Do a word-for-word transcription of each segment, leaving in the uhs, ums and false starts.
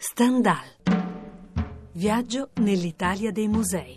Stendhal. Viaggio nell'Italia dei musei.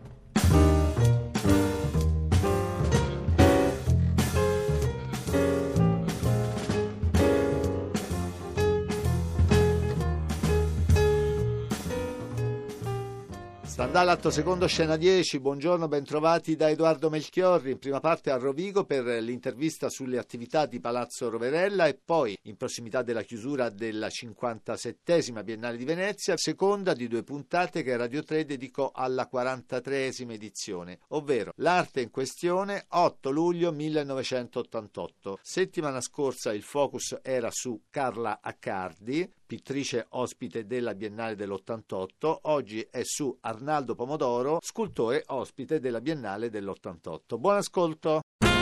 Stendhal, atto secondo, scena dieci. Buongiorno, bentrovati da Edoardo Melchiorri. In prima parte a Rovigo per l'intervista sulle attività di Palazzo Roverella e poi, in prossimità della chiusura della cinquantasettesima Biennale di Venezia, seconda di due puntate che Radio tre dedicò alla quarantatreesima edizione, ovvero l'arte in questione, otto luglio millenovecentottantotto. Settimana scorsa il focus era su Carla Accardi, pittrice ospite della Biennale dell'ottantotto. Oggi è su Arnaldo Pomodoro, scultore ospite della Biennale dell'ottantotto. Buon ascolto.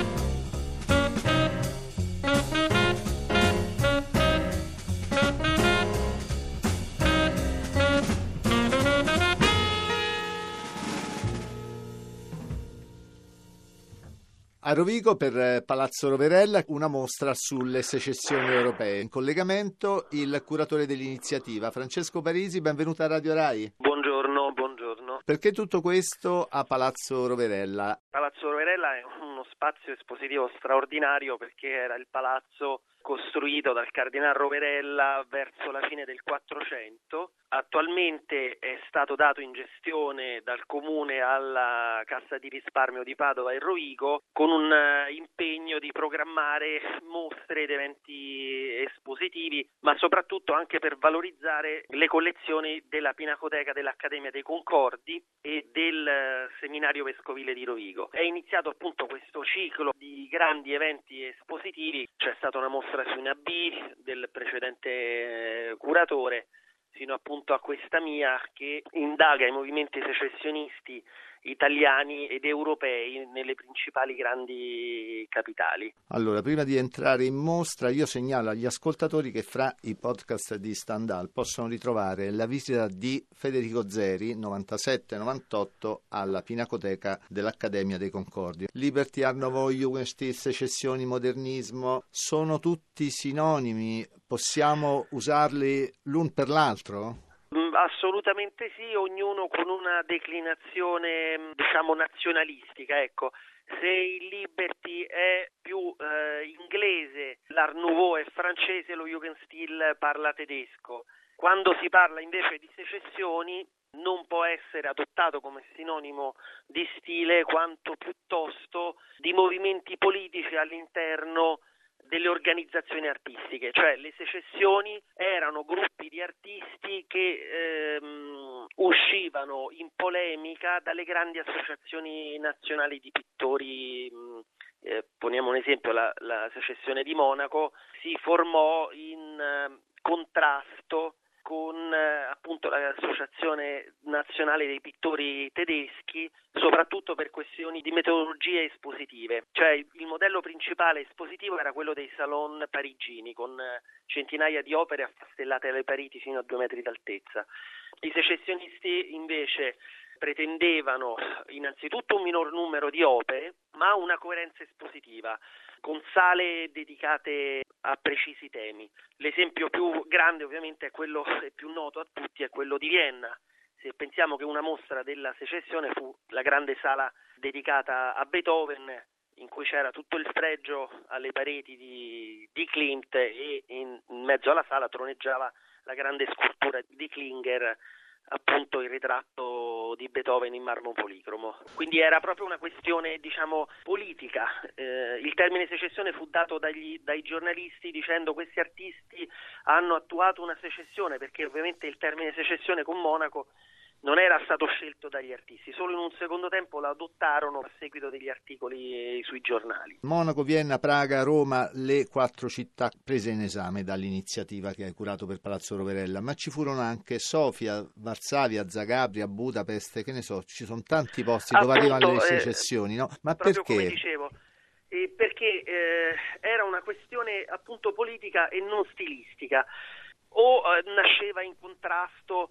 A Rovigo per Palazzo Roverella una mostra sulle secessioni europee. In collegamento il curatore dell'iniziativa, Francesco Parisi. Benvenuto a Radio Rai. Buongiorno, buongiorno. Perché tutto questo a Palazzo Roverella? Palazzo Roverella è uno spazio espositivo straordinario perché era il palazzo costruito dal Cardinal Roverella verso la fine del Quattrocento. Attualmente è stato dato in gestione dal Comune alla Cassa di Risparmio di Padova e Rovigo con un impegno di programmare mostre ed eventi espositivi, ma soprattutto anche per valorizzare le collezioni della Pinacoteca dell'Accademia dei Concordi e del Seminario Vescovile di Rovigo. È iniziato appunto questo ciclo di grandi eventi espositivi. C'è stata una mostra su Inabì del precedente curatore, fino appunto a questa mia che indaga i movimenti secessionisti italiani ed europei nelle principali grandi capitali. Allora, prima di entrare in mostra, io segnalo agli ascoltatori che fra i podcast di Stendhal possono ritrovare la visita di Federico Zeri, novantasette novantotto, alla Pinacoteca dell'Accademia dei Concordi. Liberty, Art Nouveau, Jugendstil, secessioni, modernismo, sono tutti sinonimi? Possiamo usarli l'un per l'altro? Assolutamente sì, ognuno con una declinazione, diciamo, nazionalistica, ecco. Se il Liberty è più eh, inglese, l'Art Nouveau è francese, lo Jugendstil parla tedesco. Quando si parla invece di secessioni non può essere adottato come sinonimo di stile quanto piuttosto di movimenti politici all'interno delle organizzazioni artistiche, cioè le secessioni erano gruppi di artisti che ehm, uscivano in polemica dalle grandi associazioni nazionali di pittori. Eh, poniamo un esempio, la, la secessione di Monaco si formò in eh, contrasto con eh, appunto l'Associazione Nazionale dei Pittori Tedeschi, soprattutto per questioni di metodologie espositive. Cioè il modello principale espositivo era quello dei salon parigini, con eh, centinaia di opere affastellate alle pareti fino a due metri d'altezza. I secessionisti invece pretendevano innanzitutto un minor numero di opere, ma una coerenza espositiva, con sale dedicate a precisi temi. L'esempio più grande ovviamente è quello è più noto a tutti, è quello di Vienna. Se pensiamo che una mostra della secessione fu la grande sala dedicata a Beethoven, in cui c'era tutto il fregio alle pareti di, di Klimt e in, in mezzo alla sala troneggiava la grande scultura di Klinger, appunto il ritratto di Beethoven in marmo policromo. Quindi era proprio una questione, diciamo, politica. Eh, il termine secessione fu dato dagli, dai giornalisti dicendo questi artisti hanno attuato una secessione, perché ovviamente il termine secessione con Monaco non era stato scelto dagli artisti, solo in un secondo tempo lo adottarono a seguito degli articoli sui giornali. Monaco, Vienna, Praga, Roma, le quattro città prese in esame dall'iniziativa che hai curato per Palazzo Roverella, ma ci furono anche Sofia, Varsavia, Zagabria, Budapest, che ne so, ci sono tanti posti dove Appunto, arrivano le eh, secessioni, no? Ma proprio perché? Come dicevo, eh, perché eh, era una questione appunto politica e non stilistica, o eh, nasceva in contrasto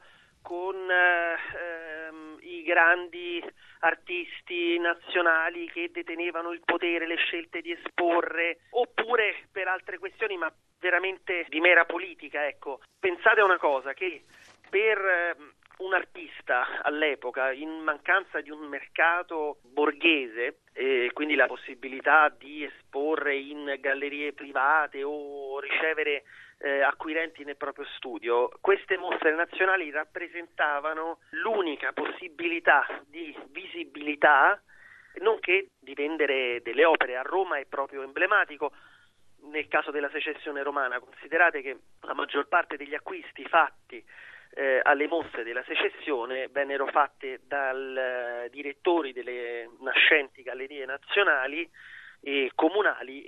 con eh, ehm, i grandi artisti nazionali che detenevano il potere, le scelte di esporre, oppure per altre questioni, ma veramente di mera politica. Ecco, pensate a una cosa, che per eh, un artista all'epoca, in mancanza di un mercato borghese, e quindi la possibilità di esporre in gallerie private o ricevere eh, acquirenti nel proprio studio, queste mostre nazionali rappresentavano l'unica possibilità di visibilità, nonché di vendere delle opere. A Roma è proprio emblematico. Nel caso della secessione romana, considerate che la maggior parte degli acquisti fatti eh, alle mostre della secessione vennero fatte dal eh, direttori delle nascenti gallerie nazionali e comunali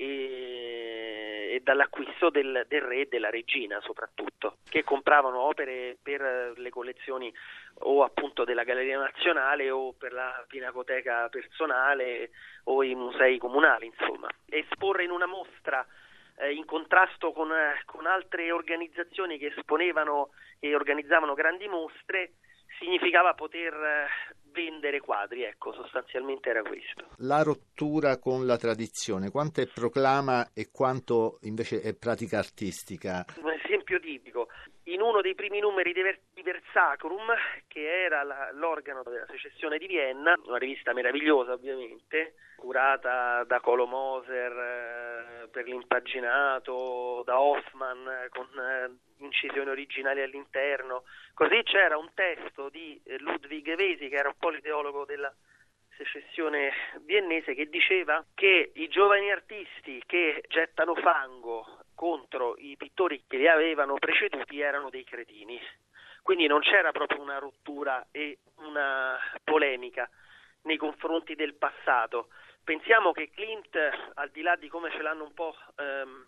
e, e dall'acquisto del, del re e della regina, soprattutto, che compravano opere per le collezioni o appunto della Galleria Nazionale o per la pinacoteca personale o i musei comunali. Insomma, esporre in una mostra eh, in contrasto con, eh, con altre organizzazioni che esponevano e organizzavano grandi mostre significava poter eh, vendere quadri, ecco, sostanzialmente era questo. La rottura con la tradizione, quanto è proclama e quanto invece è pratica artistica? Un esempio tipico: in uno dei primi numeri di, Ver- di Versacrum, che era la, l'organo della secessione di Vienna, una rivista meravigliosa ovviamente, curata da Colo Moser eh, per l'impaginato, da Hoffman eh, con eh, incisioni originali all'interno. Così c'era un testo di eh, Ludwig Wesi, che era un po' l'ideologo della secessione viennese, che diceva che i giovani artisti che gettano fango contro i pittori che li avevano preceduti erano dei cretini. Quindi non c'era proprio una rottura e una polemica nei confronti del passato. Pensiamo che Klimt, al di là di come ce l'hanno un po' ehm,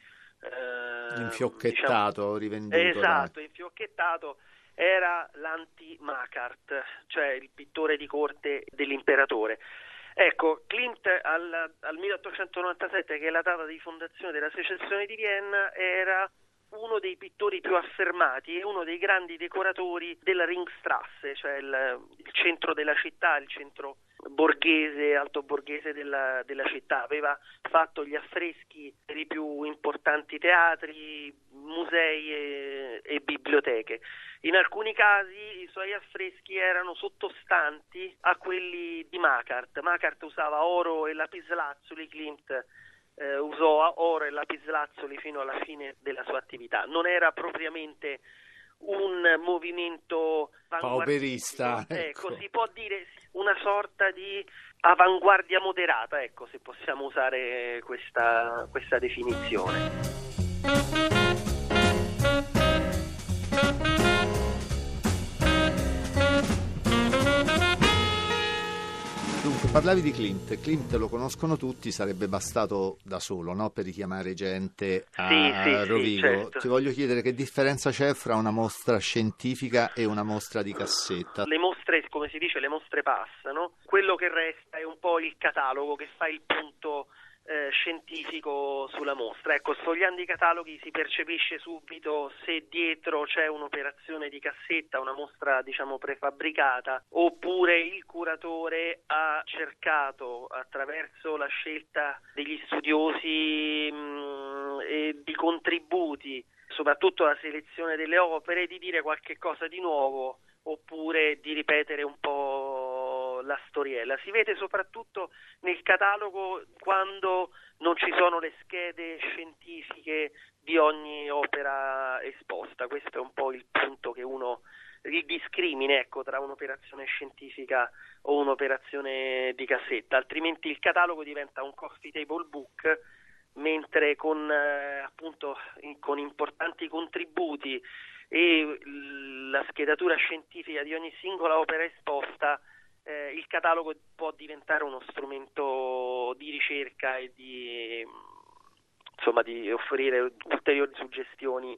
ehm, infiocchettato, diciamo, rivenduto. Esatto, dai. infiocchettato, era l'anti-Makart, cioè il pittore di corte dell'imperatore. Ecco, Klimt al, al milleottocentonovantasette, che è la data di fondazione della secessione di Vienna, era uno dei pittori più affermati e uno dei grandi decoratori della Ringstrasse, cioè il, il centro della città, il centro borghese, alto borghese della, della città. Aveva fatto gli affreschi per i più importanti teatri, musei e, e biblioteche. In alcuni casi i suoi affreschi erano sottostanti a quelli di Makart. Makart usava oro e lapislazzuli, Klimt eh, usò oro e lapislazzuli fino alla fine della sua attività. Non era propriamente un movimento pauperista, ecco. ecco, Si può dire una sorta di avanguardia moderata, ecco, se possiamo usare questa, questa definizione. Dunque, parlavi di Klimt. Klimt lo conoscono tutti, sarebbe bastato da solo, no? Per richiamare gente a sì, sì, Rovigo. Sì, certo. Ti voglio chiedere che differenza c'è fra una mostra scientifica e una mostra di cassetta. Le mostre, come si dice, le mostre passano. Quello che resta è un po' il catalogo che fa il punto eh, scientifico sulla mostra. Ecco, sfogliando i cataloghi si percepisce subito se dietro c'è un'operazione di cassetta, una mostra diciamo prefabbricata, oppure il curatore ha cercato, attraverso la scelta degli studiosi mh, e di contributi, soprattutto la selezione delle opere, di dire qualche cosa di nuovo oppure di ripetere un po' la storiella. Si vede soprattutto nel catalogo quando non ci sono le schede scientifiche di ogni opera esposta. Questo è un po' il punto che uno, il discrimine, ecco, tra un'operazione scientifica o un'operazione di cassetta, altrimenti il catalogo diventa un coffee table book, mentre con eh, appunto in, con importanti contributi e la schedatura scientifica di ogni singola opera esposta, eh, il catalogo può diventare uno strumento di ricerca e di insomma di offrire ulteriori suggestioni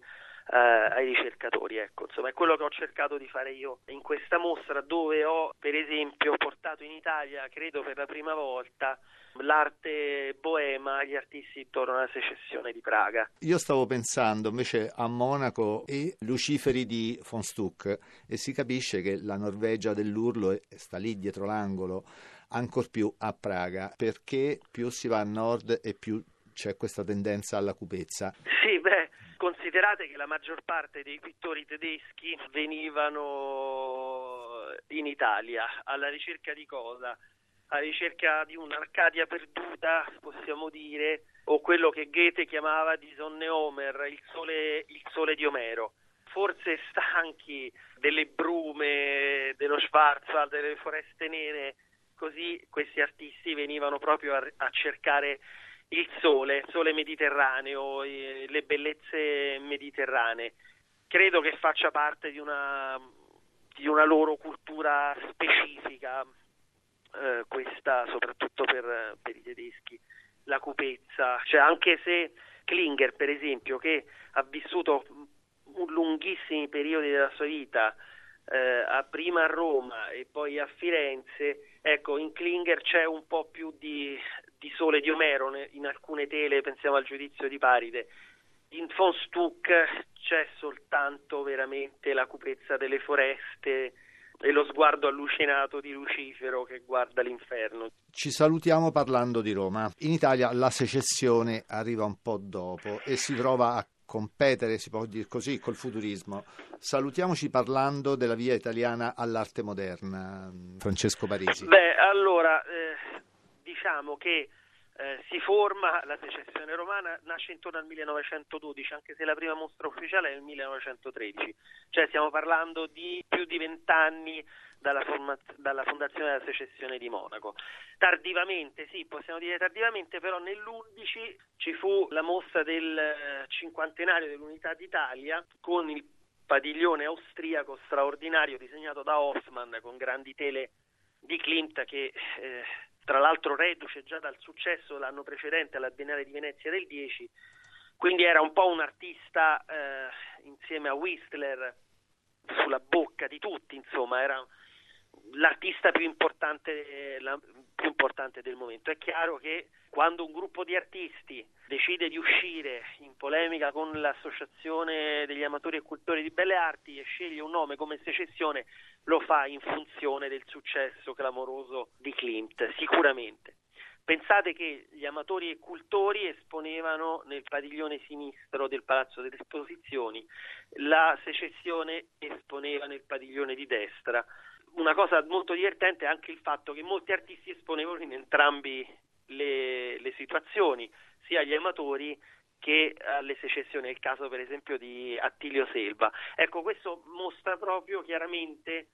eh, ai ricercatori. Ecco, insomma, è quello che ho cercato di fare io in questa mostra, dove ho per esempio portato in Italia, credo per la prima volta, l'arte boema, gli artisti intorno alla secessione di Praga. Io stavo pensando invece a Monaco e Luciferi di von Stuck, e si capisce che la Norvegia dell'Urlo sta lì dietro l'angolo, ancor più a Praga, perché più si va a nord e più c'è questa tendenza alla cupezza. Sì, beh, considerate che la maggior parte dei pittori tedeschi venivano in Italia, alla ricerca di cosa? Alla ricerca di un'Arcadia perduta, possiamo dire, o quello che Goethe chiamava die Sonne Homer, il sole, il sole di Omero. Forse stanchi delle brume, dello Schwarzwald, delle foreste nere, così questi artisti venivano proprio a, a cercare il sole, il sole mediterraneo, le bellezze mediterranee. Credo che faccia parte di una, di una loro cultura specifica, eh, questa soprattutto per, per i tedeschi, la cupezza. Cioè, anche se Klinger, per esempio, che ha vissuto lunghissimi periodi della sua vita, eh, a prima a Roma e poi a Firenze, ecco, in Klinger c'è un po' più di, di sole di Omero in alcune tele, pensiamo al Giudizio di Paride. In von Stuck c'è soltanto veramente la cupezza delle foreste e lo sguardo allucinato di Lucifero che guarda l'inferno. Ci salutiamo parlando di Roma. In Italia la secessione arriva un po' dopo e si trova a competere, si può dire così, col futurismo. Salutiamoci parlando della via italiana all'arte moderna, Francesco Parisi. Beh, allora, eh, diciamo che eh, si forma la secessione romana, nasce intorno al millenovecentododici, anche se la prima mostra ufficiale è nel millenovecentotredici, cioè stiamo parlando di più di vent'anni dalla, forma- dalla fondazione della secessione di Monaco. Tardivamente, sì, possiamo dire tardivamente, però nell'undici ci fu la mostra del cinquantenario dell'Unità d'Italia con il padiglione austriaco straordinario disegnato da Hoffmann con grandi tele di Klimt che eh, tra l'altro reduce già dal successo l'anno precedente alla Biennale di Venezia del dieci, quindi era un po' un artista eh, insieme a Whistler sulla bocca di tutti, insomma era l'artista più importante, la, più importante del momento. È chiaro che quando un gruppo di artisti decide di uscire in polemica con l'associazione degli amatori e cultori di belle arti e sceglie un nome come secessione, lo fa in funzione del successo clamoroso di Klimt, sicuramente. Pensate che gli amatori e cultori esponevano nel padiglione sinistro del Palazzo delle Esposizioni, la secessione esponeva nel padiglione di destra. Una cosa molto divertente è anche il fatto che molti artisti esponevano in entrambi le, le situazioni, sia agli amatori che alle secessioni, è il caso per esempio di Attilio Selva. Ecco, questo mostra proprio chiaramente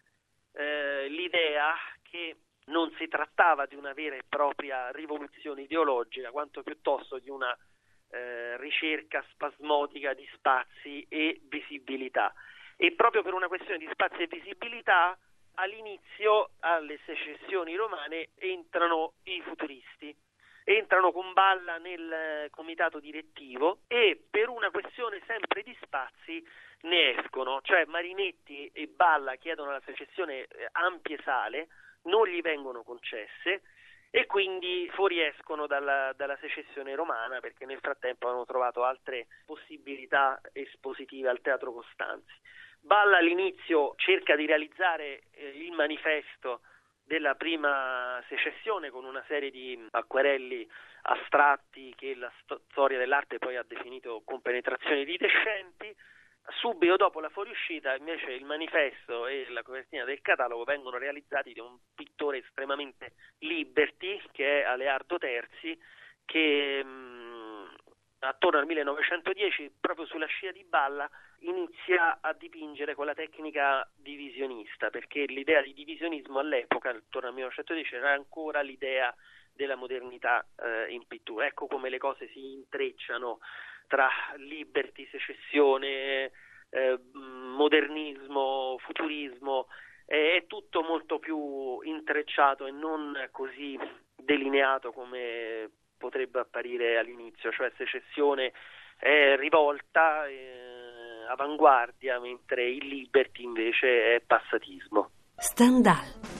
eh, l'idea che non si trattava di una vera e propria rivoluzione ideologica, quanto piuttosto di una eh, ricerca spasmodica di spazi e visibilità. E proprio per una questione di spazi e visibilità, all'inizio alle secessioni romane entrano i futuristi, entrano con Balla nel comitato direttivo e per una questione sempre di spazi ne escono, cioè Marinetti e Balla chiedono alla secessione ampie sale, non gli vengono concesse e quindi fuoriescono dalla, dalla secessione romana perché nel frattempo hanno trovato altre possibilità espositive al Teatro Costanzi. Balla all'inizio cerca di realizzare eh, il manifesto della prima secessione con una serie di acquerelli astratti che la sto- storia dell'arte poi ha definito compenetrazioni iridescenti. Subito dopo la fuoriuscita invece il manifesto e la copertina del catalogo vengono realizzati da un pittore estremamente liberty che è Aleardo Terzi, che mh, attorno al millenovecentodieci, proprio sulla scia di Balla, inizia a dipingere con la tecnica divisionista, perché l'idea di divisionismo all'epoca, attorno al millenovecentodieci, era ancora l'idea della modernità eh, in pittura. Ecco come le cose si intrecciano tra liberty, secessione, eh, modernismo, futurismo, eh, è tutto molto più intrecciato e non così delineato come potrebbe apparire all'inizio, cioè secessione è rivolta, eh, avanguardia, mentre il Liberty invece è passatismo. Stendhal.